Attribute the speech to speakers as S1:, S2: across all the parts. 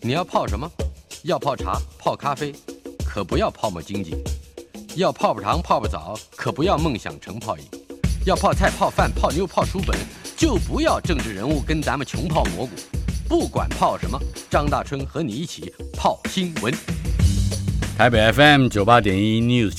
S1: 你要泡什么？要泡茶、泡咖啡，可不要泡沫经济；要泡泡糖、泡泡澡，可不要梦想成泡影；要泡菜、泡饭、泡妞、泡书本，就不要政治人物跟咱们穷泡蘑菇。不管泡什么，张大春和你一起泡新闻。
S2: 台北 FM 98.1 News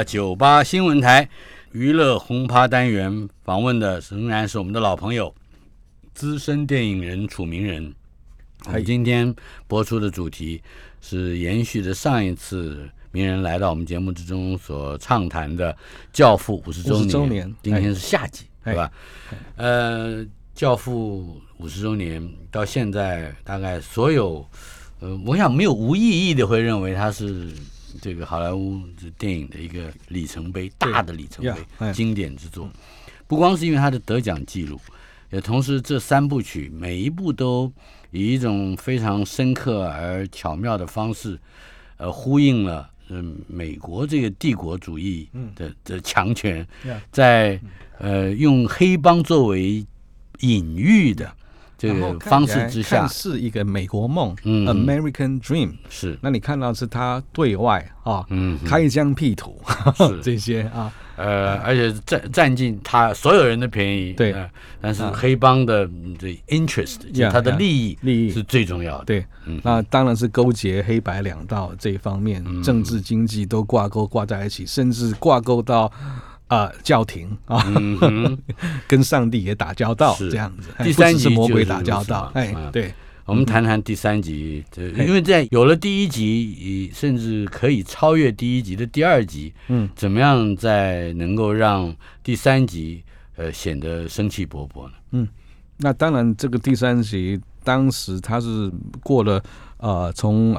S2: 98新闻台娱乐轰趴单元访问的仍然是我们的老朋友资深电影人楚名人。今天播出的主题是延续着上一次名人来到我们节目之中所畅谈的《教父》50周年，今天是下集，对吧？教父50周年到现在，大概所有我想没有无意义的会认为它是这个好莱坞电影的一个里程碑，大的里程碑，经典之作。不光是因为它的得奖记录，也同时这3部曲每一部都以一种非常深刻而巧妙的方式，呼应了美国这个帝国主义的强权，在用黑帮作为隐喻的这个方式之下，
S3: 看似一个美国梦，American Dream
S2: 是。
S3: 那你看到是他对外开疆辟土这些啊。
S2: 而且占尽他所有人的便宜，
S3: 对，
S2: 但是黑帮的interest， 就是他的利益是最重要的，
S3: 对，那当然是勾结黑白两道这一方面，政治经济都挂在一起，甚至挂钩到教廷啊，跟上帝也打交道，这样子。第
S2: 3集
S3: 是魔鬼打交道，对。
S2: 我们谈谈第3集，因为在有了第1集，甚至可以超越第1集的第2集，怎么样再能够让第3集显得生气勃勃呢？
S3: 那当然，这个第3集当时它是过了从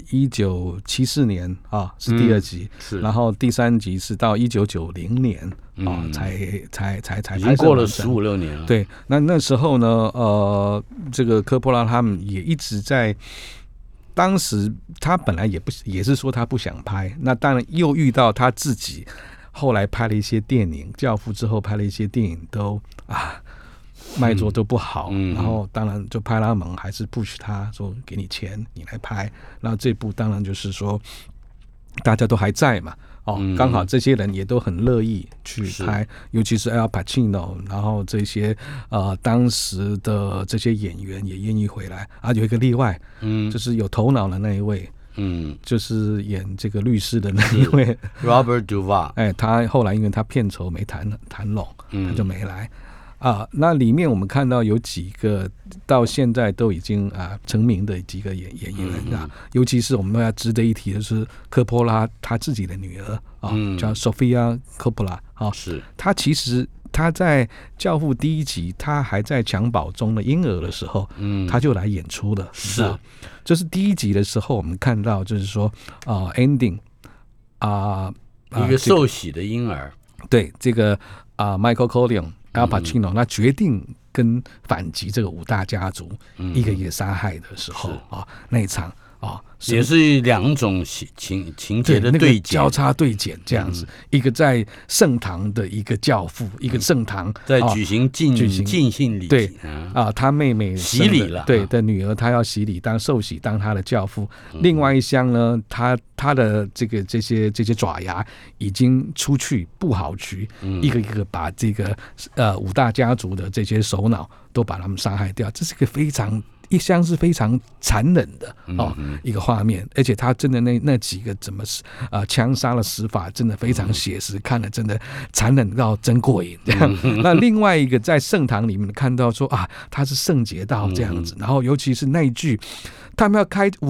S3: 1974年是第2集，然后第3集是到1990年才
S2: 已经过了15、16年了。
S3: 对，那时候呢，这个科波拉他们也一直在。当时他本来也是说他不想拍，那当然又遇到他自己后来拍了一些电影，《教父》之后拍了一些电影都卖座都不好，然后当然就派拉蒙还是 push 他说给你钱你来拍，然后这部当然就是说大家都还在嘛，刚好这些人也都很乐意去拍，尤其是 Al Pacino， 然后这些当时的这些演员也愿意回来有一个例外，就是有头脑的那一位，就是演这个律师的那一位
S2: Robert Duvall，
S3: 他后来因为他片酬没谈拢，他就没来。那里面我们看到有几个到现在都已经成名的几个演员尤其是我们要值得一提的是科波拉他自己的女儿叫 Sofia Coppola
S2: 是
S3: 他其实他在《教父》第1集他还在襁褓中的婴儿的时候，他就来演出了，
S2: 是
S3: 就是第1集的时候我们看到就是说ending
S2: 一个受洗的婴儿，
S3: 对这个Michael Corleone。Al Pacino 那决定跟反击这个5大家族一个一个杀害的时候那一场
S2: 也是2种情节的对剪，
S3: 交叉对剪这样子，一个在圣堂的一个教父，一个圣堂
S2: 在举行尽信礼，
S3: 对他妹妹
S2: 洗礼了，
S3: 对的女儿，他要洗礼当受洗当他的教父。另外一厢呢，他的这些爪牙已经出去布好局，一个一个把这个5大家族的这些首脑都把他们杀害掉，这是个一厢是非常残忍的一个画面，而且他真的那几个怎么枪杀的死法真的非常写实，看了真的残忍到真过瘾这样。那另外一个在圣堂里面看到说他是圣洁到这样子，然后尤其是那一句他们要开这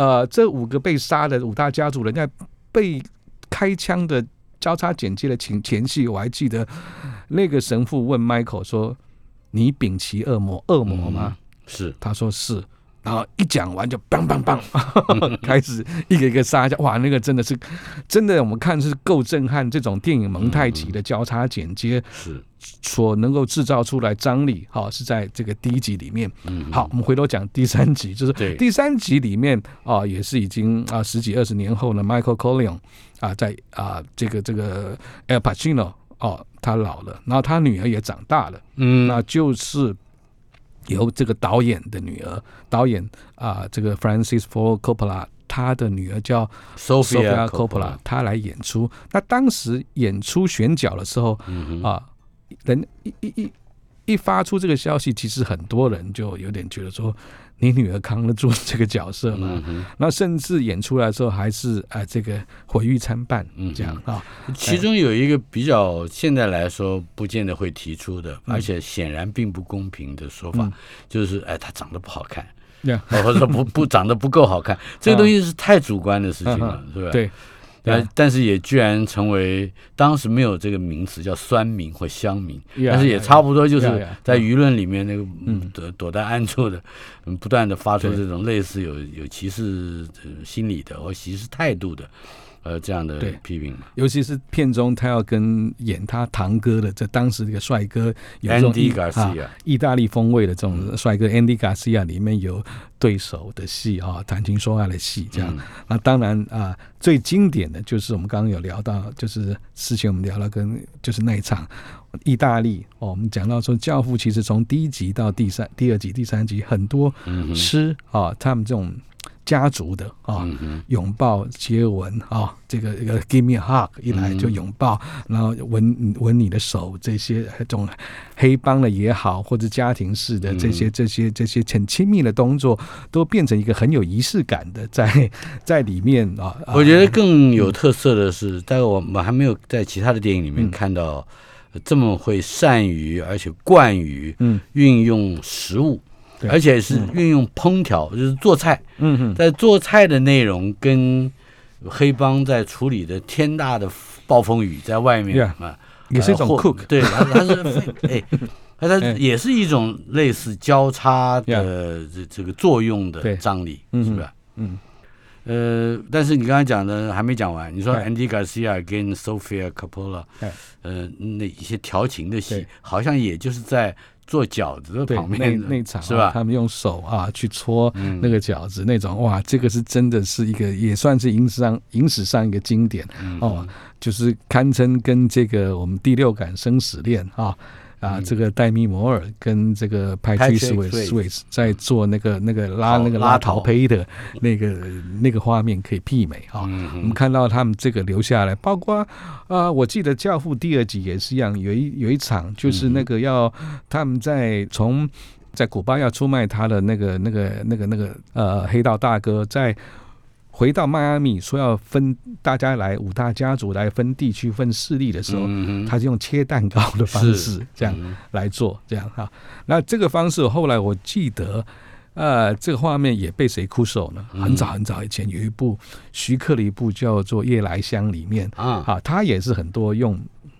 S3: 5个被杀的5大家族人家被开枪的交叉剪接的前戏，我还记得那个神父问 Michael 说你摒弃恶魔吗？
S2: 是，
S3: 他说是，然后一讲完就梆梆梆开始一个一个杀，哇，那个真的是真的，我们看是够震撼，这种电影蒙太奇的交叉剪接是所能够制造出来张力，是在这个第1集里面。好，我们回头讲第3集，就是第3集里面也是已经10几20年后呢 ，Michael Corleone 在这个 Al Pacino 他老了，然后他女儿也长大了，那就是由这个导演的女儿，导演这个 Francis Ford Coppola， 他的女儿叫 Sofia Coppola， 她来演出。那当时演出选角的时候，人一发出这个消息，其实很多人就有点觉得说，你女儿扛得住这个角色吗？那甚至演出来的时候还是这个毁誉参半，这样
S2: 其中有一个比较现在来说不见得会提出的，而且显然并不公平的说法，就是她长得不好看，或者说不长得不够好看，这个东西是太主观的事情了，是吧？
S3: 对。
S2: 但是也居然成为当时没有这个名词叫酸民或乡民，但是也差不多就是在舆论里面那个躲在暗处的，不断的发出这种类似有歧视心理的或歧视态度的这样的批评，
S3: 尤其是片中他要跟演他堂哥的这当时这个帅哥有这种意大利风味的这种帅哥 Andy Garcia 里面有对手的戏谈情说爱的戏这样。那当然最经典的就是我们刚刚有聊到，就是之前我们聊到就是那一场意大利我们讲到说教父其实从第一集到第二集第三集很多诗他们这种家族的拥抱接吻这个 give me a hug 一来就拥抱，然后吻你的手，这些种黑帮的也好或者家庭式的这些很亲密的动作都变成一个很有仪式感的在里面
S2: 我觉得更有特色的是，大概我们还没有在其他的电影里面看到这么会善于而且惯于运用食物，而且是运用烹调，就是做菜。在做菜的内容跟黑帮在处理的天大的暴风雨在外面
S3: 也是一种 cook，
S2: 对，它也是一种类似交叉的这个作用的张力，是吧？但是你刚才讲的还没讲完，你说 Andy Garcia 跟 Sofia Coppola， 那一些调情的戏，好像也就是在做饺子的旁边的
S3: 那场
S2: 是吧？
S3: 他们用手去搓那个饺子，那种哇，这个是真的是一个也算是影史上一个经典就是堪称跟这个我们第六感生死恋这个戴米摩尔跟这个 Patrick Swayze 在做那个拉陶胚的那个画面可以媲美我们看到他们这个留下来，包括我记得《教父》第二集也是一样，有一场就是那个他们在古巴要出卖他的那个黑道大哥在。回到迈阿密说要分大家来五大家族来分地区分势力的时候，他是用切蛋糕的方式这样来做这样那这个方式后来我记得这个画面也被谁哭手呢？很早很早以前有一部徐克的一部叫做《夜来香》里面他也是很多用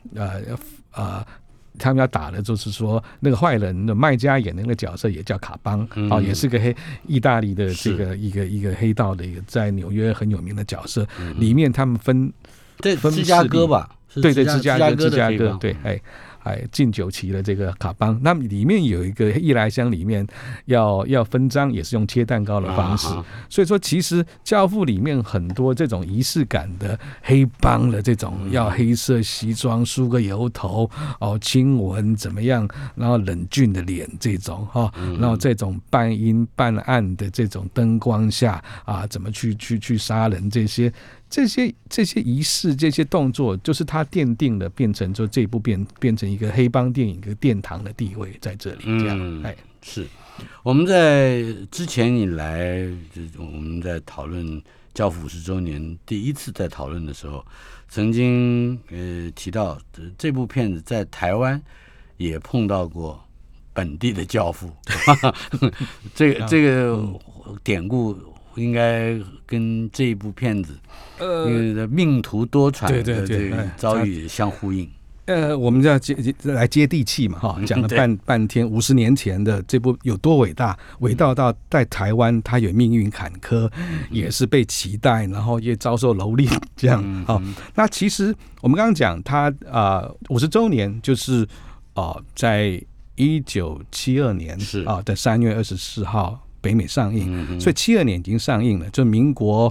S3: 他们要打的就是说那个坏人的麦加演的那个角色也叫卡邦也是个意大利的这个一个黑道的一个在纽约很有名的角色里面他们分
S2: 芝加哥吧，
S3: 对芝加哥对禁酒旗的这个卡邦，那么里面有一个夜来香里面要分赃也是用切蛋糕的方式所以说其实教父里面很多这种仪式感的黑帮的这种要黑色西装梳个油头亲吻怎么样，然后冷峻的脸这种然后这种半阴半暗的这种灯光下怎么去杀人这些仪式这些动作就是他奠定了变成说这一部变成一个黑帮电影一个殿堂的地位在这里这样
S2: 是我们在之前以来我们在讨论教父50周年第一次在讨论的时候曾经提到这部片子在台湾也碰到过本地的教父这个典故应该跟这一部片子命途多舛的这个遭遇相呼应。
S3: 我们要来接地气嘛讲了半天50年前的这部有多伟大，伟大到在台湾它有命运坎坷也是被期待，然后也遭受蹂躏这样那其实我们刚刚讲它50周年就是在1972年在3月24号北美上映所以72年已经上映了，就民国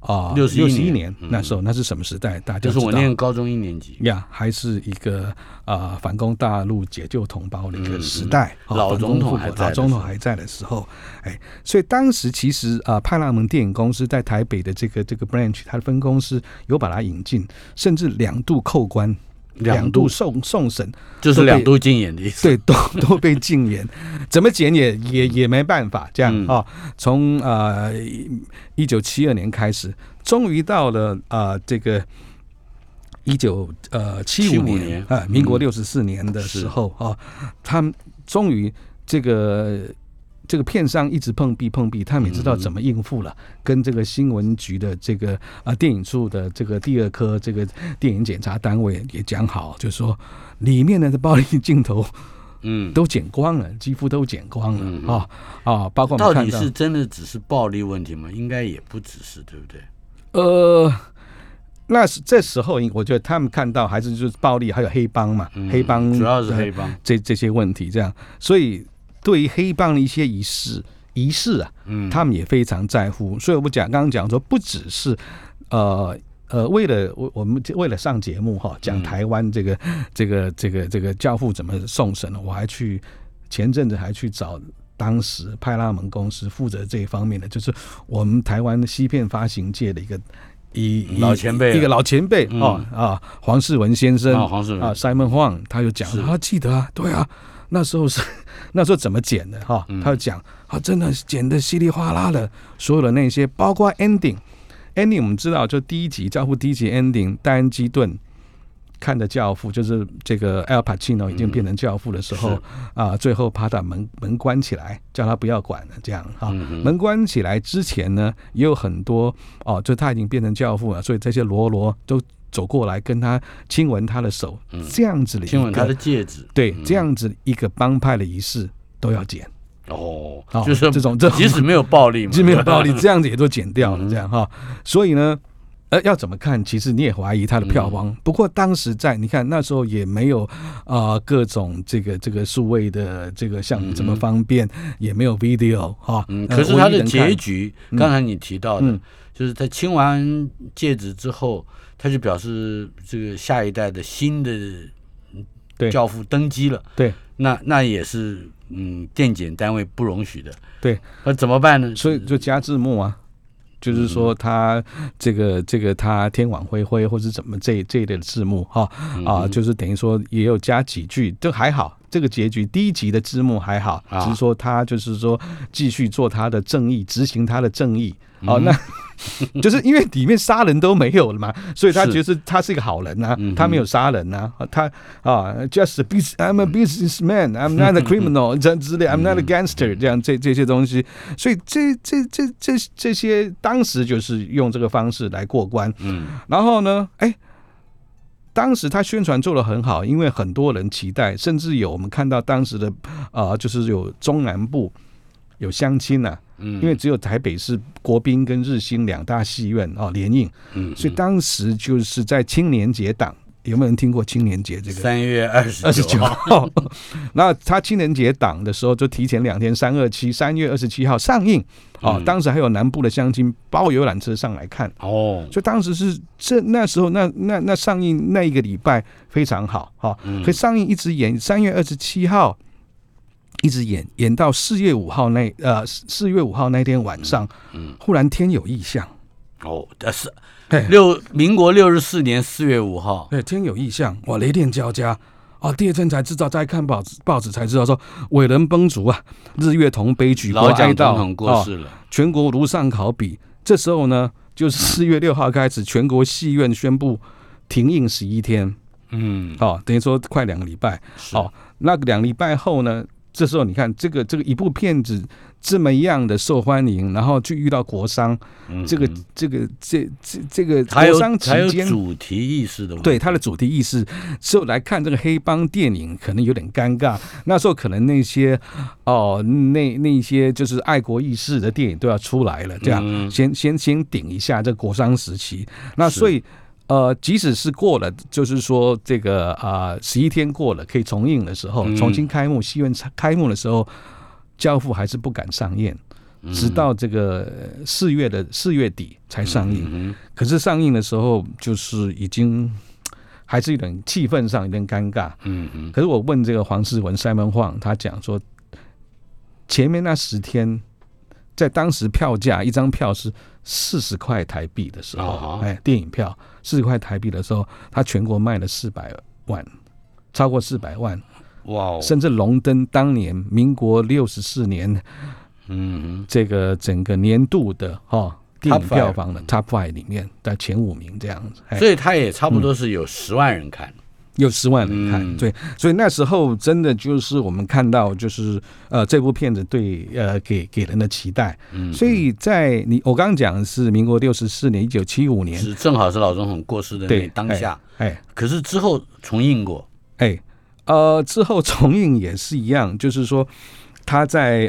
S2: 61
S3: 年，那时候那是什么时代？大家
S2: 就是我
S3: 知道
S2: 念高中1年级
S3: 呀，还是一个反攻大陆、解救同胞的一个时代。
S2: 老总统
S3: 还在的时候，所以当时其实派拉蒙电影公司在台北的这个 branch， 它的分公司有把它引进，甚至2度扣关。2度送审，
S2: 就是2度禁演的意思。
S3: 对，都被禁演，怎么检也没办法这样从1972年开始，终于到了这个1975年民国64年的时候他们终于这个片商一直碰壁，他们也知道怎么应付了，跟这个新闻局的这个电影处的这个第2科这个电影检查单位也讲好，就是说里面的暴力镜头都剪光了，几乎都剪光了包括我们看到
S2: 到底是真的只是暴力问题吗？应该也不只是，对不对？
S3: 那是这时候我觉得他们看到还是就是暴力，还有黑帮嘛，黑帮
S2: 主要是黑帮
S3: 这些问题这样，所以对于黑帮的一些仪式他们也非常在乎。所以我刚刚讲说，不只是我们为了上节目讲台湾这个教父怎么送审，我还前阵子还去找当时派拉蒙公司负责这一方面的，就是我们台湾西片发行界的一个
S2: 老前辈
S3: 黄世文先生
S2: Simon
S3: Huang， 他就讲他记得对那时候怎么剪的他就讲真的剪的稀里哗啦的，所有的那些包括 ending 我们知道就第1集教父第1集 ending， 戴恩基顿看着教父，就是这个 Al Pacino 已经变成教父的时候最后把门关起来，叫他不要管了这样门关起来之前呢，也有很多就他已经变成教父了，所以这些罗都走过来跟他亲吻他的手，这样子的
S2: 亲吻他的戒指，
S3: 对，这样子一个帮派的仪式都要剪
S2: 就是
S3: 这种
S2: 即使没有暴力嘛，
S3: 即使没有暴力，这样子也都剪掉了这样所以呢要怎么看？其实你也怀疑它的票房。不过当时你看那时候也没有各种这个数位的这个像这么方便，也没有 video
S2: 可是它的结局，刚才你提到的，就是他亲完戒指之后，他就表示这个下一代的新的教父登基了。
S3: 对，
S2: 那也是电检单位不容许的。
S3: 对，
S2: 那怎么办呢？
S3: 所以就加字幕就是说他这个他天网恢恢或是怎么这一类的字幕就是等于说也有加几句，都还好。这个结局第1集的字幕还好，只是说他就是说继续做他的正义，执行他的正义那就是因为里面杀人都没有了嘛，所以他觉得他是一个好人他没有杀人他just I'm a businessman, I'm not a criminal 这之类 I'm not a gangster 这样这些东西，所以这些当时就是用这个方式来过关然后呢当时他宣传做得很好，因为很多人期待，甚至我们看到当时的就是有中南部有相亲因为只有台北市国宾跟日新2大戏院联映所以当时就是在青年节档，有没有人听过青年节这个
S2: ？3月29号
S3: 那他青年节档的时候就提前2天3月27号上映当时还有南部的乡亲包游览车上来看所以当时是那时候那上映那一个礼拜非常好可以上映一直演3月27号一直演到4月5号那天晚上忽然天有异象
S2: 民国64年4月5号
S3: 对，天有异象雷电交加第2天才知道，再看报纸才知道说伟人崩殂日月同悲，举国哀悼
S2: 过世了
S3: 全国如上考比。这时候呢就是4月6号开始全国戏院宣布停映11天等于说快2个礼拜那个2个礼拜后呢，这时候你看这个一部片子这么样的受欢迎，然后就遇到国商这个国商期间
S2: 还有主题意识的问题，
S3: 对他的主题意识之后来看这个黑帮电影可能有点尴尬，那时候可能那些那些就是爱国意识的电影都要出来了，这样先顶一下这国商时期。那所以即使是过了，就是说这个11天过了可以重映的时候，重新开幕戏院开幕的时候，教父还是不敢上映， 直到这个4月底才上映。可是上映的时候，就是已经还是有点气氛上有点尴尬。可是我问这个黄世文 Simon Huang， 他讲说，前面那10天，在当时票价一张票是40块台币的时候，电影票40块台币的时候，他全国卖了400万，超过400万。哇！甚至荣登当年民国64年，这个整个年度的电影票房的 Top 5里面的前5名这样子。
S2: 所以他也差不多是有10万人看。
S3: 有10万人看，对，所以那时候真的就是我们看到，就是这部片子对给人的期待。所以在我刚刚讲的是民国64年1975年，
S2: 是正好是老总统过世的那当下。可是之后重映过。
S3: 之后重映也是一样，就是说他在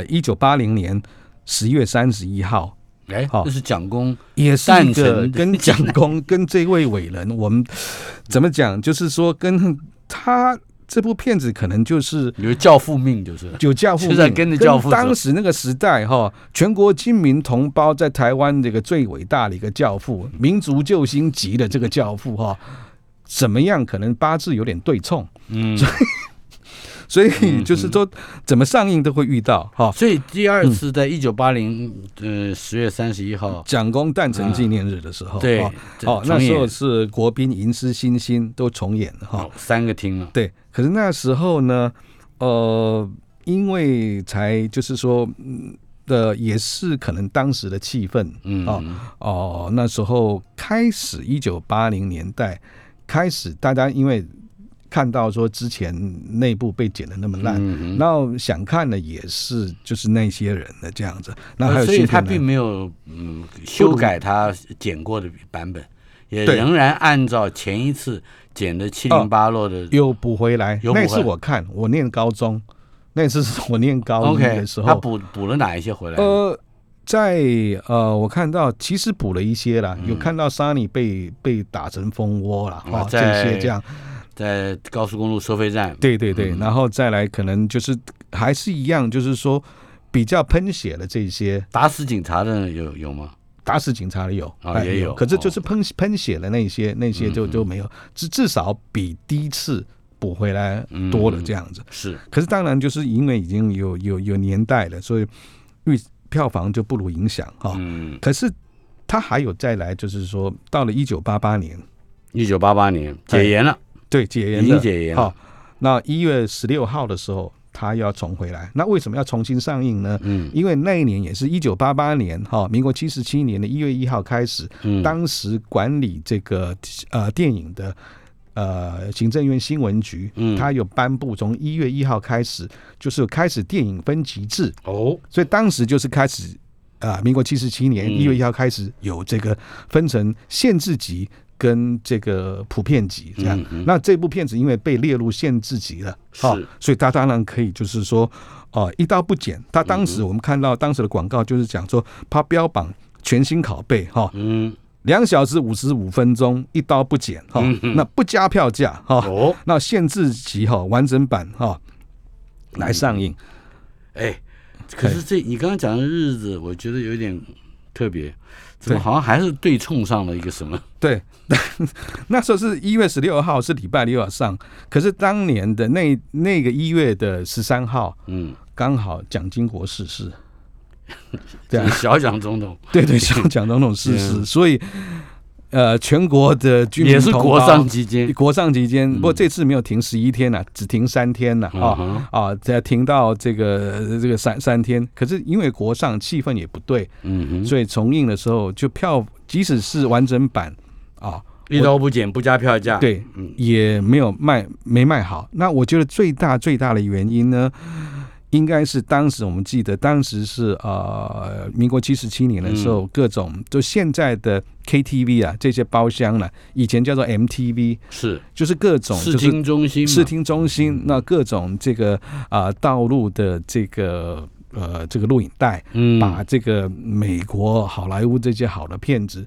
S3: 1980年11月31号。
S2: 这是蒋公，
S3: 也是一个跟蒋公跟这位伟人，我们怎么讲？就是说，跟他这部片子可能就是
S2: 有教父命，就是
S3: 有教父命，
S2: 就在跟着教父。
S3: 当时那个时代全国军民同胞在台湾这个最伟大的一个教父，民族救星级的这个教父怎么样？可能八字有点对冲，所以就是说，怎么上映都会遇到
S2: 所以第二次在1980 10月31号
S3: 蒋公诞辰纪念日的时候，
S2: 对，
S3: 那时候是国宾、银狮、星星都重演了
S2: 3个厅了。
S3: 对，可是那时候呢，因为才就是说，也是可能当时的气氛，那时候开始1980年代开始，大家因为看到说之前内部被剪得那么烂，然后想看的也是就是那些人的这样子，那还有
S2: 所以他并没有修改他剪过的版本，也仍然按照前一次剪的708落的
S3: 又补回来。那次我看我念高中，那次是我念高一的时候，
S2: 他补了哪一些回来？
S3: 我看到其实补了一些啦，有看到 Sunny 被打成蜂窝啦，这些这样。
S2: 在高速公路收费站，
S3: 对，然后再来可能就是还是一样，就是说比较喷血的这些，
S2: 打死警察的有吗？
S3: 打死警察的有，
S2: 也有，
S3: 可是就是喷血的那些就没有，至少比第一次补回来多了这样子。
S2: 是，
S3: 可是当然就是因为已经有年代了，所以票房就不如影响可是他还有再来，就是说到了1988年
S2: 解严了。
S3: 对，解严
S2: 已经解严了。
S3: 那1月16号的时候，他要重回来。那为什么要重新上映呢？因为那一年也是1988年，民国77年的1月1号开始，当时管理这个电影的行政院新闻局，他有颁布从1月1号开始，就是开始电影分级制。所以当时就是开始民国77年1月1号开始有这个分成限制级跟这个普遍级这样，那这部片子因为被列入限制级了，所以他当然可以就是说，一刀不剪。他当时我们看到当时的广告就是讲说，他标榜全新拷贝，2小时55分钟，一刀不剪，那不加票价，那限制级完整版来上映。
S2: 可是你刚刚讲的日子，我觉得有点特别。怎么好像还是对冲上了一个什么？
S3: 对，那时候是1月16号是礼拜六要上，可是当年的那个1月的13号，刚好蒋经国逝世，
S2: 这样小蒋总统，
S3: 对，小蒋总统逝世，所以全国的居民
S2: 也是国丧期间，
S3: 不过这次没有停11天了，只停3天了再停到这个3天。可是因为国丧气氛也不对，所以重映的时候就票，即使是完整版
S2: 一刀不剪不加票价，
S3: 对，也没卖好。那我觉得最大的原因呢，应该是当时我们记得，当时是民国77年的时候，各种就现在的 KTV 这些包厢以前叫做 MTV， 就是各种
S2: 视听
S3: 中心，那各种这个道路的这个录影带，把这个美国好莱坞这些好的片子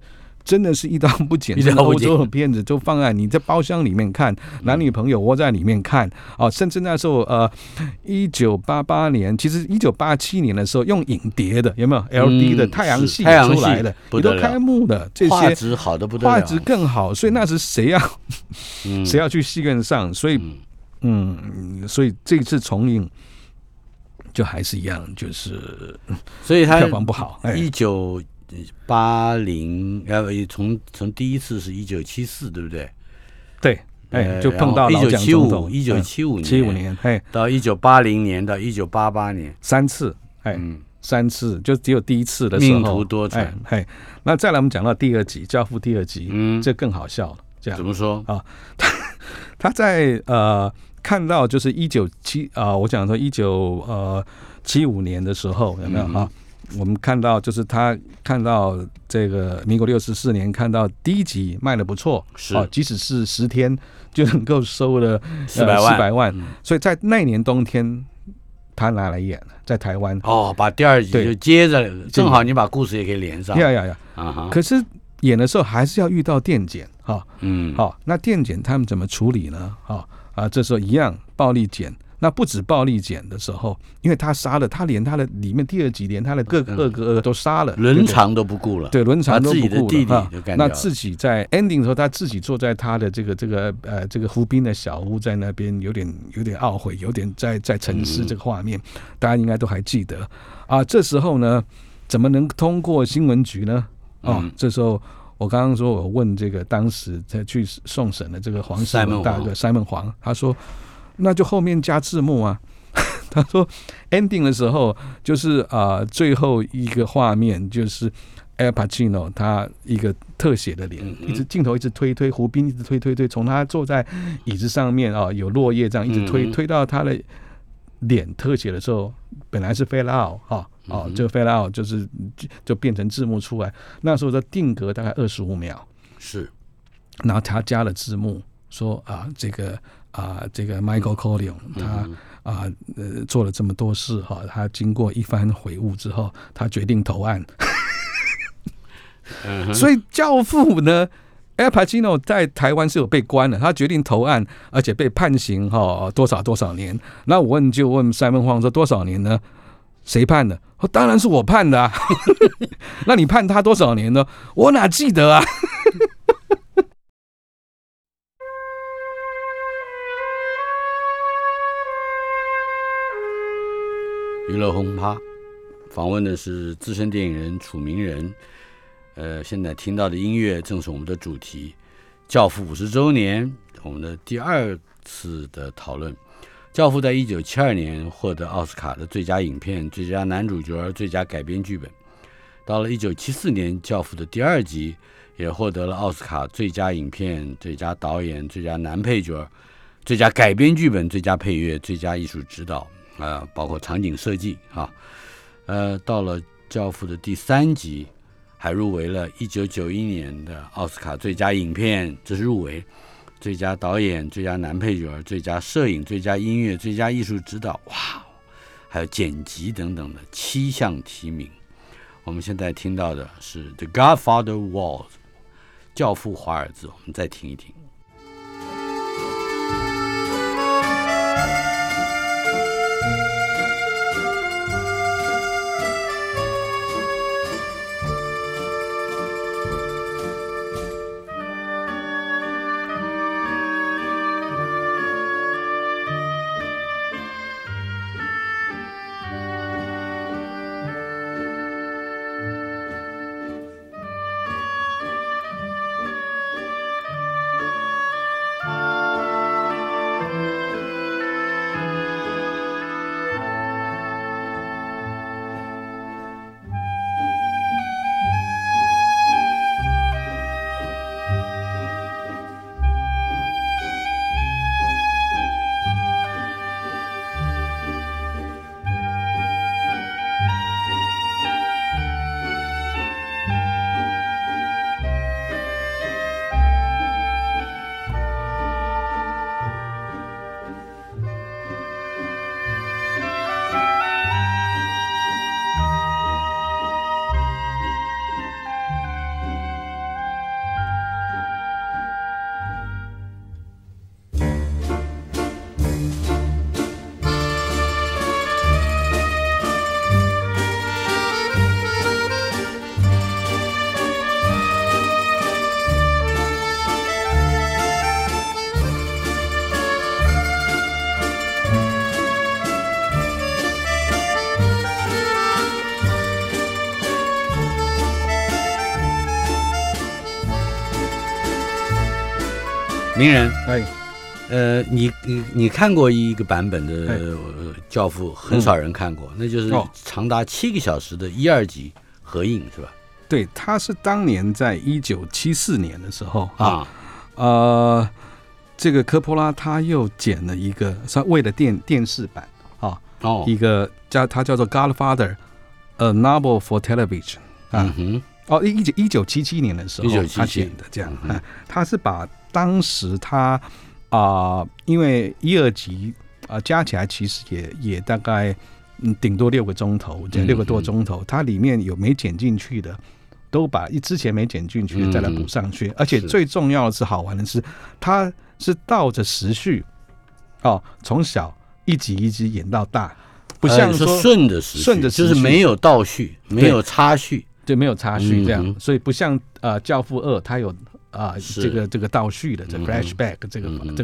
S3: 真的是一刀不剪。欧洲的片子就放在你在包厢里面看，男女朋友窝在里面看哦，甚至那时候1988年，其实1987年的时候用影碟的有没有 LD 的太阳系出来的，也都开幕的，这些
S2: 画质好的不得了，
S3: 画质更好，所以那时谁要去戏院上，所以所以这次重映就还是一样，就是
S2: 所以它
S3: 票房不好。
S2: 1980从第一次是1974，对不对？
S3: 对，就碰到老蒋总统。
S2: 1975
S3: 年，
S2: 到1980年到1988年
S3: 3次，3次，就只有第一次的时候
S2: 命途多舛。
S3: 那再来我们讲到第二集《教父》第二集，这更好笑了。这样
S2: 怎么说
S3: 啊？他在看到就是我讲说1975年的时候有没有啊？我们看到就是他看到这个民国64年看到第一集卖得不错，即使是10天就能够收了400万，所以在那年冬天他拿来演了，在台湾
S2: 把第二集就接着，正好你把故事也可以连上。
S3: 可是演的时候还是要遇到电检那电检他们怎么处理呢？这时候一样暴力检。那不止暴力检的时候，因为他杀了，他连他的里面第二集连他的各个都杀了，
S2: 伦常都不顾了，
S3: 对，伦常都不顾了，
S2: 自己的弟弟就干掉了。
S3: 那自己在 ending 的时候，他自己坐在他的这个湖滨的小屋，在那边有点懊悔，有点在沉思这个画面，大家应该都还记得这时候呢，怎么能通过新闻局呢？这时候我刚刚说我问这个当时在去送审的这个黄世文大哥Simon黄，他说。那就后面加字幕啊，他说 ending 的时候就是最后一个画面就是 Al Pacino 他一个特写的脸，镜头一直推湖滨一直推，从他坐在椅子上面有落叶这样一直推到他的脸特写的时候，本来是 fade out 就 fade out 就变成字幕出来，那时候的定格大概25秒，
S2: 是，
S3: 然后他加了字幕说这个 Michael Corleone 他做了这么多事他经过一番悔悟之后，他决定投案。所以教父呢 Al Pacino 在台湾是有被关的，他决定投案，而且被判刑多少年。那我就问Simon Huang说多少年呢？谁判的？当然是我判的啊。那你判他多少年呢？我哪记得啊。
S2: 娱乐轰趴访问的是资深电影人楚名人。现在听到的音乐正是我们的主题，教父50周年，我们的第2次的讨论。教父在1972年获得奥斯卡的最佳影片、最佳男主角、最佳改编剧本。到了1974年，教父的第2集也获得了奥斯卡最佳影片、最佳导演、最佳男配角、最佳改编剧本、最佳配乐、最佳艺术指导，包括场景设计到了教父的第3集，还入围了1991年的奥斯卡最佳影片，这是入围，最佳导演、最佳男配角、最佳摄影、最佳音乐、最佳艺术指导，还有剪辑等等的7项提名。我们现在听到的是 The Godfather Waltz 教父华尔兹，我们再听一听。 名人，
S3: 哎，
S2: 你看过一个版本的教父，很少人看过，那就是长达7个小时的1、2集合映，是吧？
S3: 对，他是当年在1974年的时候这个科波拉他又剪了一个，为了电视版一个他叫做 Godfather A Novel for Television 1977年的时候他剪的这样，他是把当时他因为1、2集加起来其实也大概顶多6个钟头，6个多钟头，它里面有没剪进去的都把之前没剪进去的再来补上去，而且最重要的是好玩的是，它是倒着时序从小一集一集演到大，不像说
S2: 顺着时序，就是没有倒叙，没有插叙，
S3: 对，没有插叙这样，所以不像教父2它有这个倒叙的这 flashback 这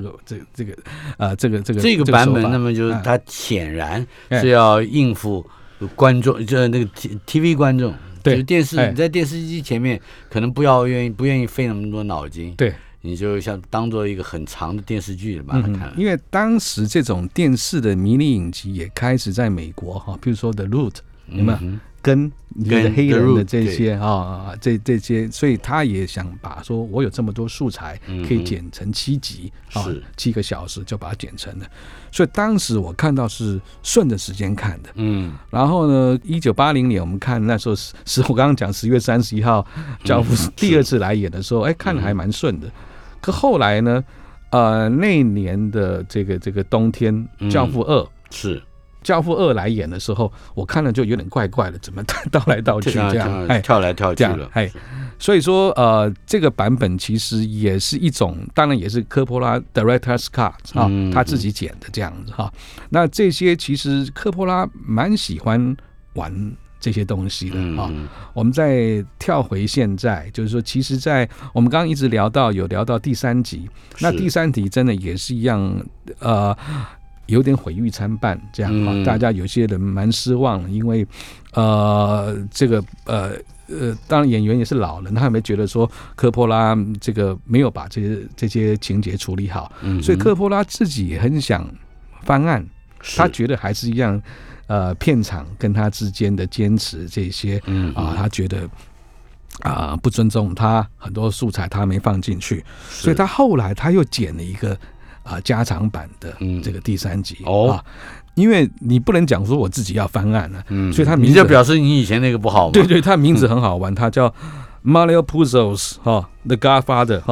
S3: 个
S2: 版本，那么就是它显然是要应付观众，就是那个 TV 观众，对，就是电视你在电视机前面可能不愿意费那么多脑筋，
S3: 对，
S2: 你就像当做一个很长的电视剧把它看。
S3: 因为当时这种电视的迷你影集也开始在美国比如说 The Root 有没有？跟黑人的这些这些，所以他也想把说，我有这么多素材可以剪成7集7个小时就把它剪成了。所以当时我看到是顺着时间看的，然后呢，1980年我们看那时候我刚刚讲10月31号教父第2次来演的时候，看得还蛮顺的。可后来呢，那年的这个冬天，教父2是。教父2来演的时候，我看了就有点怪怪的，怎么倒来倒去这样，
S2: 跳来跳去了。
S3: 所以说这个版本其实也是一种，当然也是科波拉 Director's Cut 他自己剪的这样子那这些其实科波拉蛮喜欢玩这些东西的我们再跳回现在，就是说，其实在我们刚刚一直聊到第3集，那第3集真的也是一样有点毁誉参半，这样大家有些人蛮失望的，因为这个当然演员也是老人，他有没有觉得说科波拉这个没有把这些情节处理好，所以科波拉自己也很想翻案，他觉得还是一样，片场跟他之间的坚持这些他觉得不尊重他，很多素材他没放进去，所以他后来他又剪了一个加长版的这个第3集因为你不能讲说我自己要翻案了，所以他名字
S2: 你就表示你以前那个不好吗？
S3: 对，他名字很好玩，他叫 Mario Puzo's The Godfather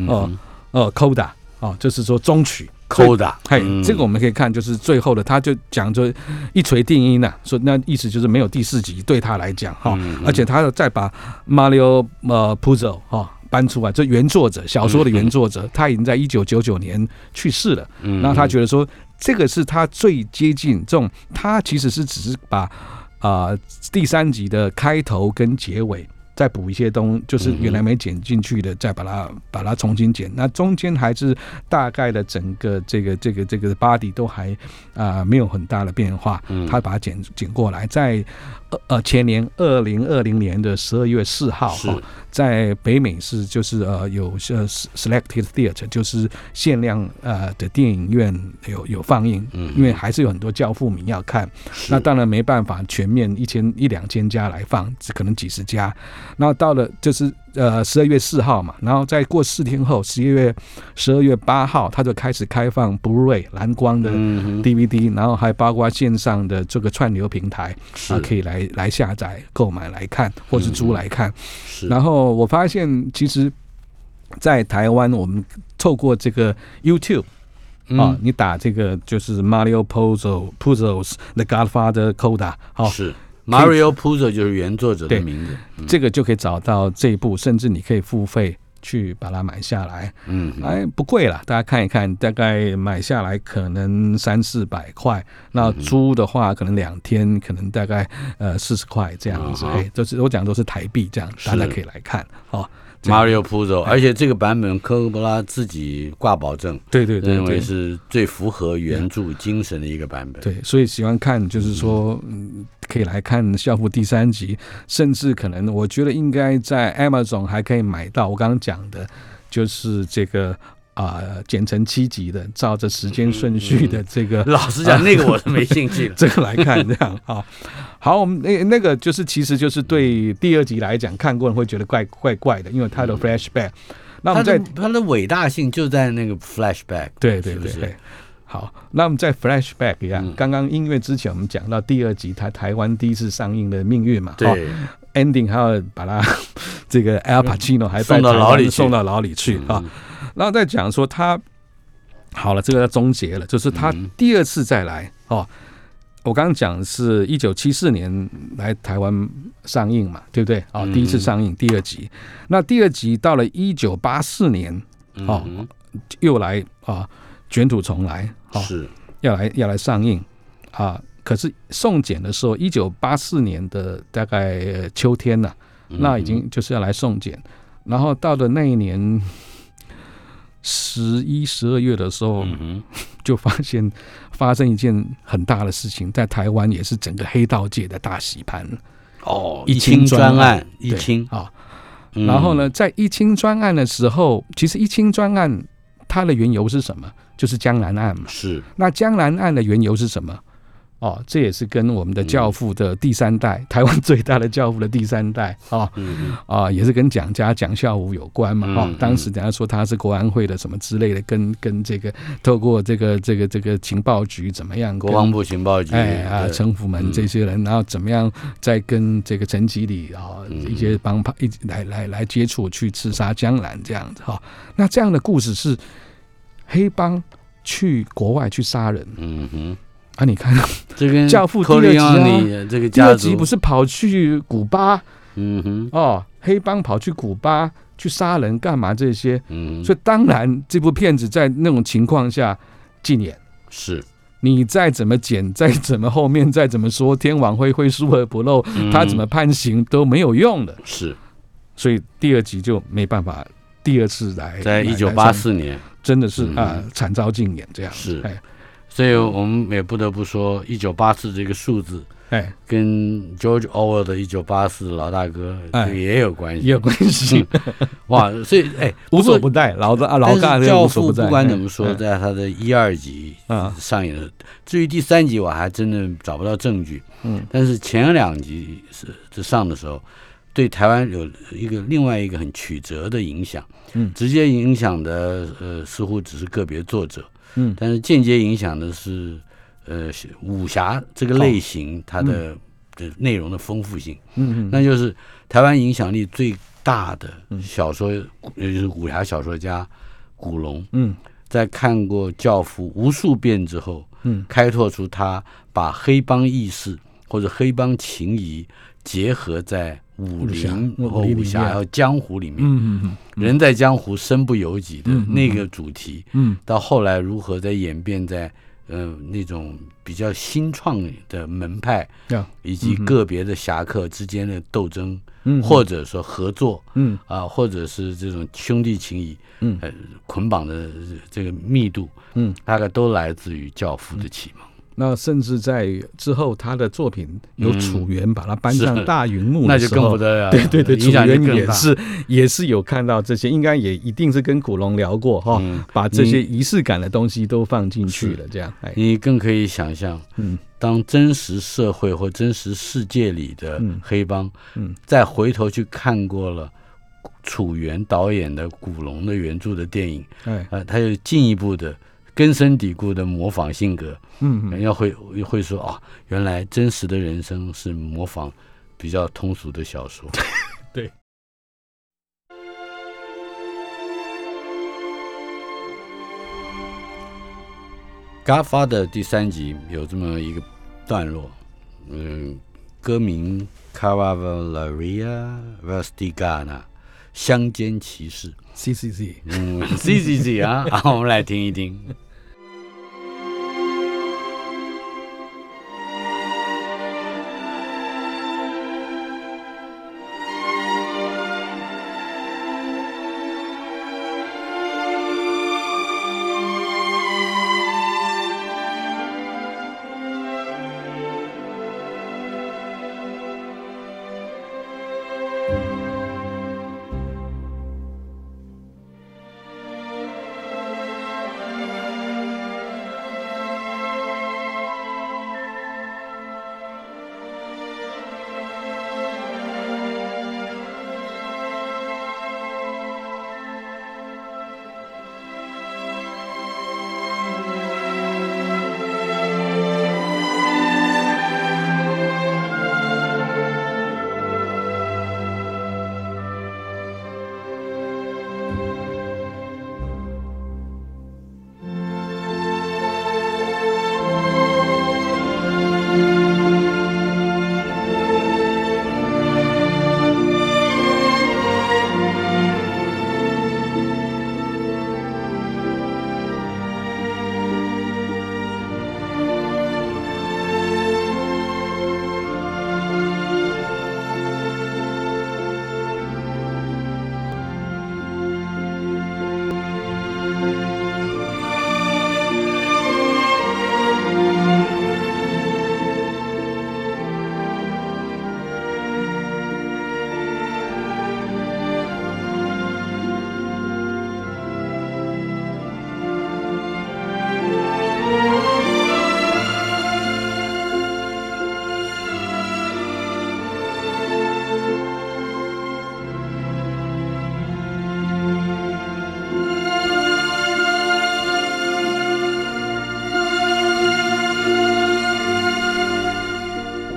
S3: Coda 就是说中曲
S2: Coda，
S3: 这个我们可以看，就是最后的他就讲就一锤定音说那意思就是没有第4集对他来讲而且他再把 Mario Puzo搬出来，这原作者小说的原作者他已经在1999年去世了，然后他觉得说这个是他最接近这种，他其实是只是把第3集的开头跟结尾再补一些就是原来没剪进去的，再把它重新剪。那中间还是大概的整个这个 body 都还没有很大的变化，他把它剪过来，在前年2020年的12月4号在北美是就是有selected theater 就是限量的电影院有放映，因为还是有很多教父迷要看，那当然没办法全面1,000-2,000家来放，只可能几十家。然后到了就是12月4号嘛，然后再过4天后12月8号他就开始开放 Blu-ray 蓝光的 DVD，然后还包括线上的这个串流平台可以来下载购买来看或是租来看。然后我发现其实在台湾我们透过这个 YouTube你打这个就是 Mario Puzo's The Godfather Coda
S2: 是Mario Puzo 就是原作者的名字，
S3: 这个就可以找到这一部，甚至你可以付费去把它买下来，不贵啦，大家看一看，大概买下来可能300-400块，那租的话可能2天，可能大概40块这样子，就是我讲都是台币这样，大家可以来看
S2: Mario Puzo， 而且这个版本科波拉自己挂保证，
S3: 对，
S2: 认为是最符合原著精神的一个版本。
S3: 对，所以喜欢看就是说，可以来看《教父》第3集，甚至可能我觉得应该在 Amazon 还可以买到我刚刚讲的，就是这个剪成7集的，照着时间顺序的这个。
S2: 老实讲，那个我是没兴趣了。
S3: 这个来看这样啊。好，我们那个就是其实就是对第2集来讲，看过人会觉得怪的，因为它的 flashback。那我们
S2: 它的伟大性就在那个 flashback。
S3: 对。好，那我们在 flashback 一样，刚刚音乐之前我们讲到第2集台湾第一次上映的命运嘛，
S2: 对。
S3: ending 还要把它这个 Al Pacino 还
S2: 送到
S3: 牢里去啊。然后再讲说他好了，这个要终结了，就是他第2次再来哦。我刚刚讲是1974年来台湾上映嘛，对不对？第1次上映第2集，那第2集到了1984年又来卷土重来，
S2: 是
S3: 要来上映可是送检的时候，1984年的大概秋天了，那已经就是要来送检，然后到了那一年11、12月的时候，就发生一件很大的事情，在台湾也是整个黑道界的大洗盘
S2: 一清专案，
S3: 然后呢，在一清专案的时候，其实一清专案它的缘由是什么？就是江南案嘛。
S2: 是。
S3: 那江南案的缘由是什么？这也是跟我们的教父的第3代，台湾最大的教父的第3代也是跟蒋孝武有关嘛。当时人家说他是国安会的什么之类的，跟这个透过这个情报局怎么样，
S2: 国防部情报局
S3: 陈福门这些人，然后怎么样再跟这个陈其礼一些帮派一起来接触，去刺杀江南这样子那这样的故事是黑帮去国外去杀人。你看
S2: 这边
S3: 教父第2集
S2: 这个
S3: 第2集不是跑去古巴？黑帮跑去古巴去杀人干嘛这些？所以当然这部片子在那种情况下禁演。
S2: 是。
S3: 你再怎么剪，再怎么后面再怎么说天网恢恢疏而不漏，他怎么判刑都没有用的。
S2: 是。
S3: 所以第2集就没办法第2次来，
S2: 在1984年
S3: 真的是惨遭禁演这样。
S2: 是。所以我们也不得不说，1984这个数字，跟 George Orwell 的1984老大哥也有关系，
S3: 也有关系。
S2: 哇，所以
S3: 无所不在，老大哥
S2: 教父不管怎么说，在他的1、2集上映的，至于第3集我还真的找不到证据。但是前2集是上的时候，对台湾有另外一个很曲折的影响。直接影响的似乎只是个别作者。但是间接影响的是武侠这个类型它的内容的丰富性。那就是台湾影响力最大的小说，也就是武侠小说家古龙。在看过《教父》无数遍之后，开拓出他把黑帮意识或者黑帮情谊结合在武林或武侠还有江湖里面，人在江湖身不由己的那个主题，到后来如何在演变在那种比较新创的门派，以及个别的侠客之间的斗争，或者说合作，或者是这种兄弟情谊，捆绑的这个密度，大概都来自于教父的启蒙。
S3: 那甚至在之后，他的作品有楚原把它搬上大荧幕的时候，
S2: 那就更不得了。
S3: 对，楚原也是有看到这些，应该也一定是跟古龙聊过把这些仪式感的东西都放进去了。这样，
S2: 你更可以想象，当真实社会或真实世界里的黑帮，再回头去看过了楚原导演的古龙的原著的电影，他有进一步的根深蒂固的模仿性格，会说原来真实的人生是模仿比较通俗的小说。
S3: 对。
S2: Godfather 第3集有这么一个段落，歌名 Cavalleria Rusticana 乡间骑士 CCC 啊，好，我们来听一听。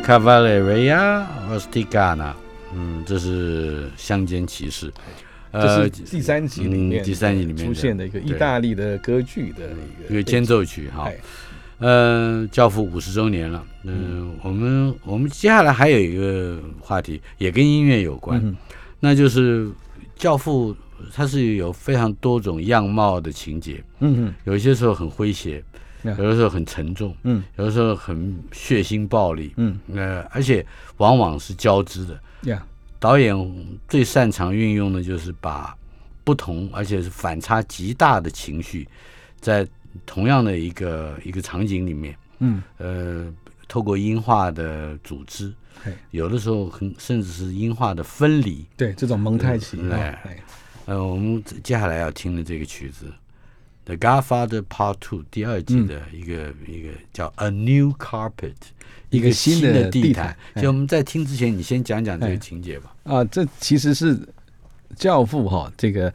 S2: Cavalleria Rusticana， 这是乡间骑士。
S3: 这是第三集里面出现的一个意大利的歌剧的
S2: 一个间奏曲哈。教父50周年了。我们接下来还有一个话题也跟音乐有关，那就是教父它是有非常多种样貌的情节，有些时候很诙谐，有的时候很沉重，有的时候很血腥暴力，而且往往是交织的。导演最擅长运用的就是把不同而且是反差极大的情绪在同样的一个场景里面，透过音画的组织，有的时候甚至是音画的分离，
S3: 对这种蒙太奇。
S2: 我们接下来要听的这个曲子《The Godfather Part 2》第2季的一个叫 A New Carpet， 一个新的地毯。就我们在听之前，你先讲讲这个情节吧。
S3: 这其实是教父这个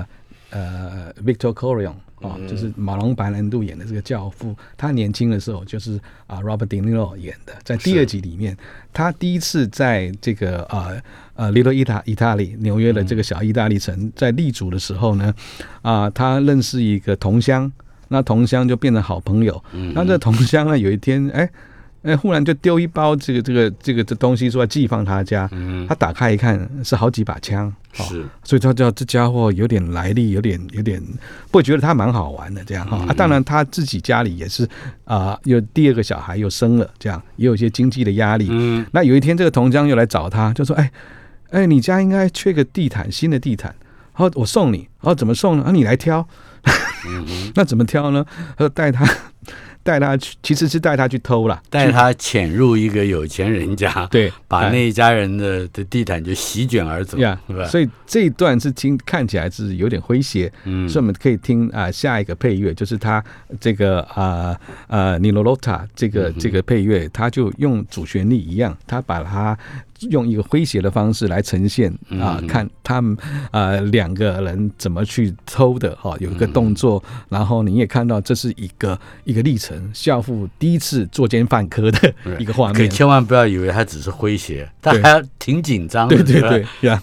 S3: Victor Corleone。就是马龙白兰度演的这个教父，他年轻的时候就是Robert De Niro 演的，在第2集里面，他第一次在这个Little Italy 纽约的这个小意大利城在立足的时候呢，他认识一个同乡，那同乡就变成好朋友。那这同乡呢，有一天忽然就丢一包这东西说要寄放他家，他打开一看是好几把枪，所以他知道这家伙有点来历，有点，不过觉得他蛮好玩的这样当然他自己家里也是有第2个小孩又生了，这样也有一些经济的压力。那有一天这个同乡又来找他，就说你家应该缺个地毯，新的地毯，然后我送你，然后怎么送呢？你来挑。那怎么挑呢？他说带他去，其实是带他去偷啦，
S2: 带他潜入一个有钱人家，
S3: 对，
S2: 把那一家人的地毯就席卷而走，是吧？
S3: 所以这一段是看起来是有点诙谐，所以我们可以听下一个配乐，就是他这个Nino Rota 这个配乐，他就用主旋律一样，他把它用一个诙谐的方式来呈现看他们2个人怎么去偷的有一个动作，然后你也看到这是一个历程，教父第一次作奸犯科的一个画面。
S2: 可以千万不要以为他只是诙谐，他还要挺紧张的。
S3: 对呀，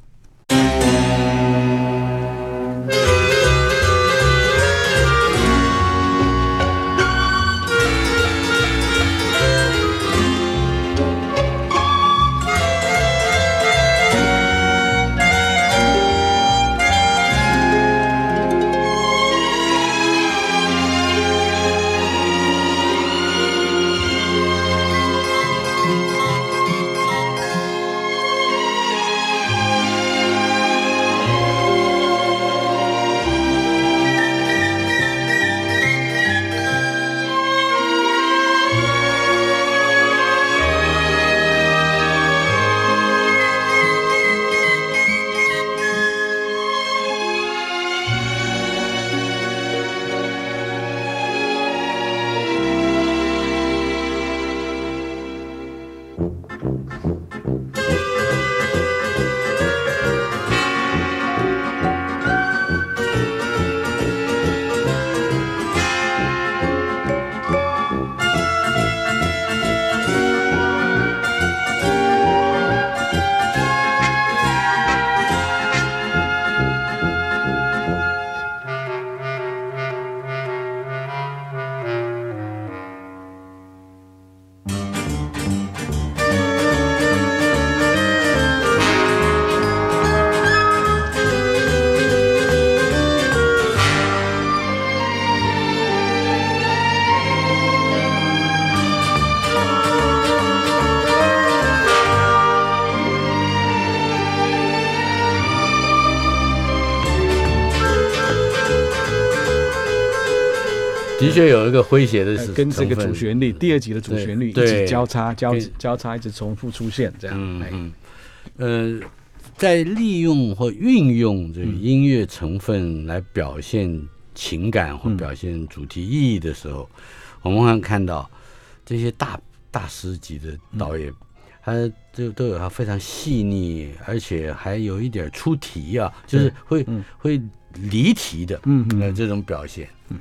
S2: 的确有一个诙谐的
S3: 跟这个主旋律第2集的主旋律一起交叉一直重复出现这样。
S2: 在利用或运用这个音乐成分来表现情感或表现主题意义的时候，我们会看到这些大师级的导演，他都有他非常细腻，而且还有一点出题就是会离题的这种表现。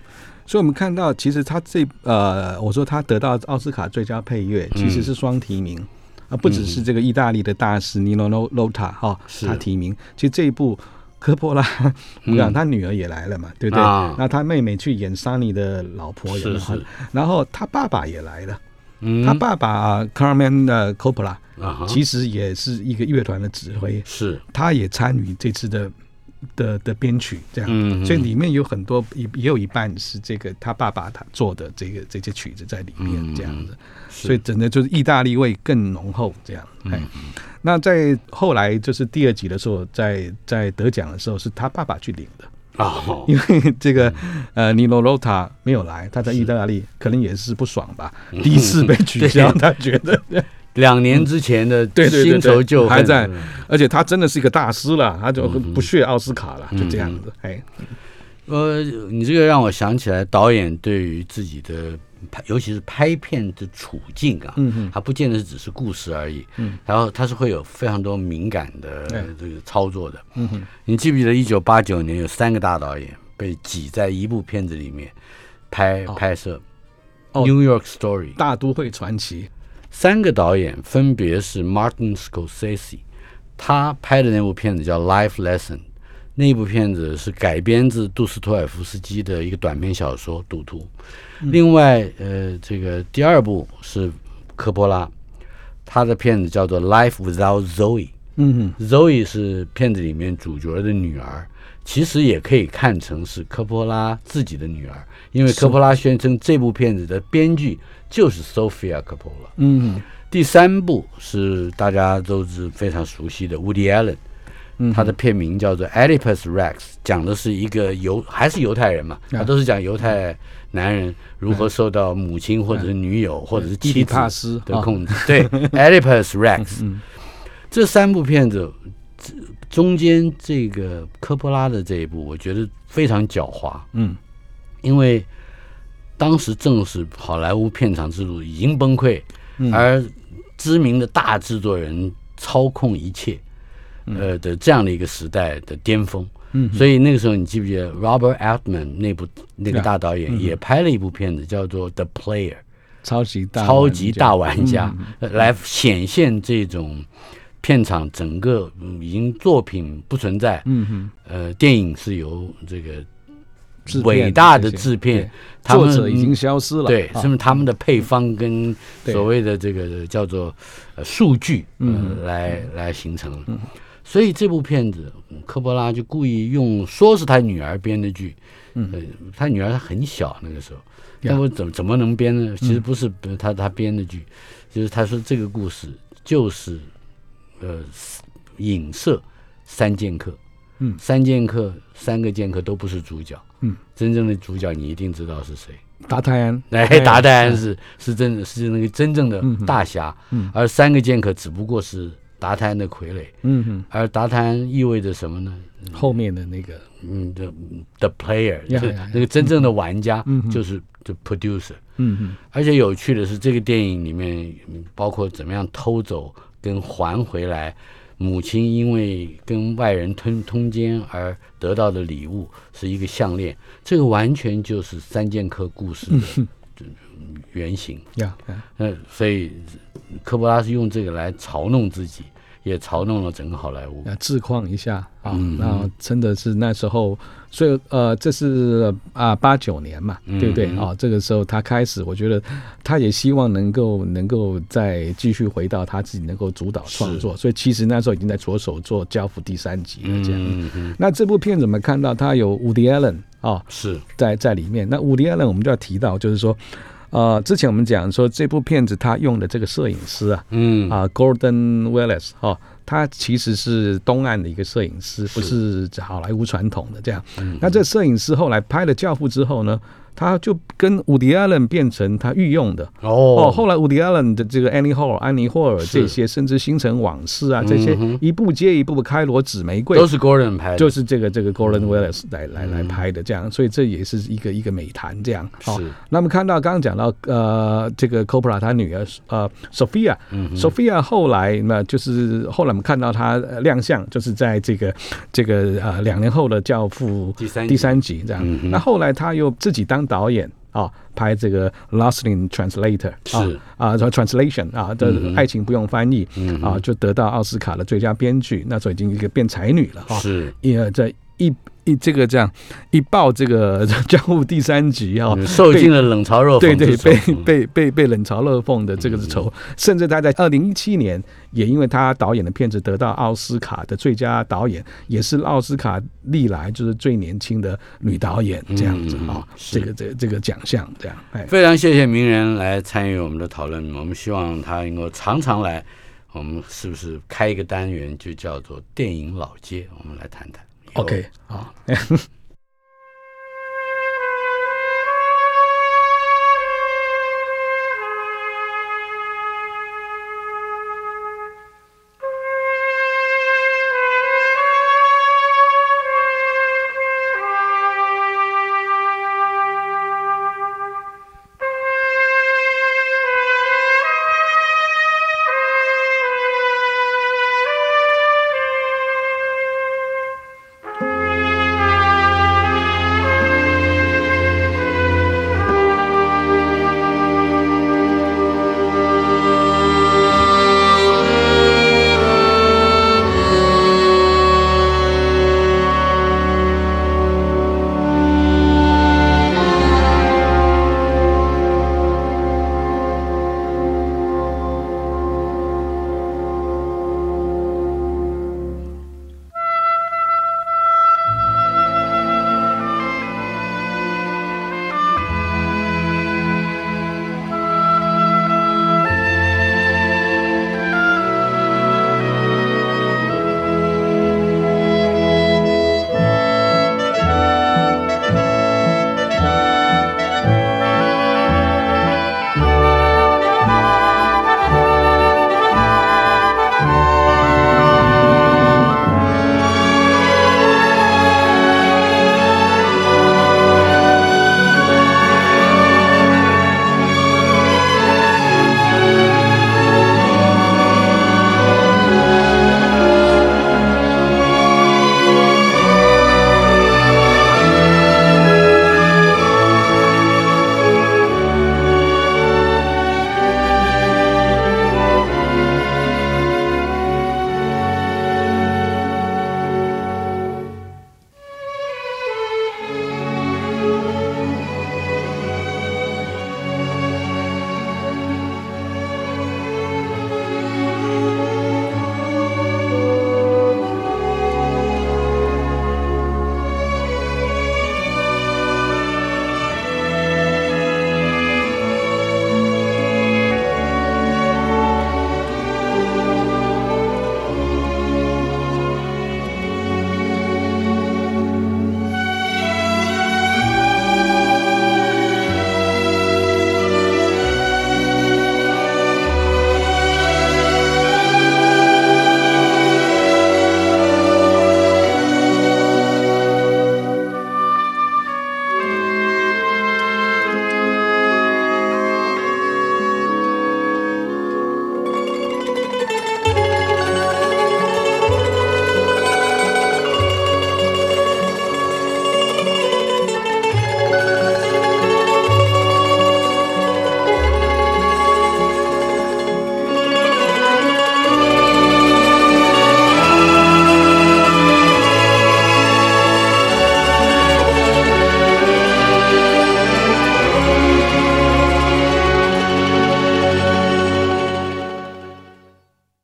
S3: 所以我们看到，其实他我说他得到奥斯卡最佳配乐，其实是双提名。不只是这个意大利的大师尼诺罗塔哈，他提名。其实这一部科波拉，我讲他女儿也来了嘛，对不对？那他妹妹去演桑尼的老婆也来了，然后他爸爸也来了。他爸爸 Carmine Coppola 其实也是一个乐团的指挥，是他也参与这次的编曲，这样，所以里面有很多也有一半是这个他爸爸他做的这些曲子在里面，这样子，所以整个就是意大利味更浓厚，这样。那在后来就是第二集的时候，在得奖的时候是他爸爸去领的。因为这个尼诺罗塔没有来，他在意大利可能也是不爽吧，第一次被取消，他觉得
S2: 2年之前的新仇旧恨
S3: 还在，而且他真的是一个大师了，他就不屑奥斯卡了，就这样子。
S2: 你这个让我想起来导演对于自己的尤其是拍片的处境啊，它不见得只是故事而已，然后它是会有非常多敏感的这个操作的。你记不记得1989年有3个大导演被挤在一部片子里面拍摄New York Story
S3: 大都会传奇
S2: ？3个导演分别是 Martin Scorsese， 他拍的那部片子叫 Life Lesson， 那部片子是改编自杜斯托尔夫斯基的一个短篇小说《赌徒》。另外这个第2部是科波拉，他的片子叫做 Life Without Zoe。Zoe 是片子里面主角的女儿，其实也可以看成是科波拉自己的女儿，因为科波拉宣称这部片子的编剧就是 Sofia Coppola。第3部是大家都是非常熟悉的 Woody Allen，他的片名叫做 Oedipus Rex， 讲的是一个还是犹太人嘛，他都是讲犹太男人如何受到母亲或者是女友或者是妻子的控制。对，Oedipus Rex。这3部片子中间这个科波拉的这一部，我觉得非常狡猾。因为当时正是好莱坞片场制度已经崩溃，而知名的大制作人操控一切。的这样的一个时代的巅峰，所以那个时候你记不记得 Robert Altman 那个大导演也拍了一部片子叫做 The Player， 超级大玩家，来显现这种片场整个已经作品不存在，电影是由这个伟大的制片，
S3: 作者已经消失了，
S2: 对，甚至他们的配方跟所谓的这个叫做数据来形成。所以这部片子科波拉就故意说是他女儿编的剧，他女儿很小那个时候，那我怎么能编呢？其实不是他编的剧，就是他说这个故事就是影射3剑客，3剑客3个剑客都不是主角，真正的主角你一定知道是谁，
S3: 达泰安，
S2: 达泰安是那个真正的大侠，而3个剑客只不过是达泰安的傀儡，而达泰安意味着什么呢？
S3: 后面的那个
S2: the player， 那个真正的玩家就是 the producer。而且有趣的是，这个电影里面包括怎么样偷走跟还回来母亲因为跟外人通奸而得到的礼物是一个项链，这个完全就是3剑客故事的原型。所以科波拉是用这个来嘲弄自己，也嘲弄了整个好莱坞，
S3: 自况一下啊。那真的是那时候，所以这是89年嘛，对不对啊？这个时候他开始，我觉得他也希望能够再继续回到他自己能够主导创作，所以其实那时候已经在着手做《教父》第3集了这样。那这部片子我们看到他有 Woody Allen
S2: 是
S3: 在里面。那 Woody Allen 我们就要提到，就是说。之前我们讲说这部片子他用的这个摄影师Gordon Willis 他其实是东岸的一个摄影师，不是好莱坞传统的这样。那这摄影师后来拍了《教父》之后呢，他就跟伍迪·艾伦变成他御用的后来伍迪·艾伦的这个安妮霍尔这些，甚至《星辰往事》啊这些，一部接一部的开罗紫玫瑰
S2: 都是 Gordon 拍的，
S3: 就是这个 Gordon Willis 来拍的这样，所以这也是一个美谈这样。那么看到刚刚讲到这个 Coppola 他女儿Sophia 后来就是后来我们们看到他亮相，就是在这个2年后的《教父》第三集这样。那后来他又自己当导演拍这个 Lost in Translator translation 的爱情不用翻译就得到奥斯卡的最佳编剧，那时候已经一个变才女了
S2: 是
S3: 在这个这样一爆这个教父第3集
S2: 受尽了冷嘲热讽，
S3: 对，被冷嘲热讽的这个仇，甚至他在2017年也因为他导演的片子得到奥斯卡的最佳导演，也是奥斯卡历来就是最年轻的女导演这样子这个奖项这样。
S2: 非常谢谢名人来参与我们的讨论，我们希望他能够常常来，我们是不是开一个单元就叫做电影老街，我们来谈谈。
S3: OK 好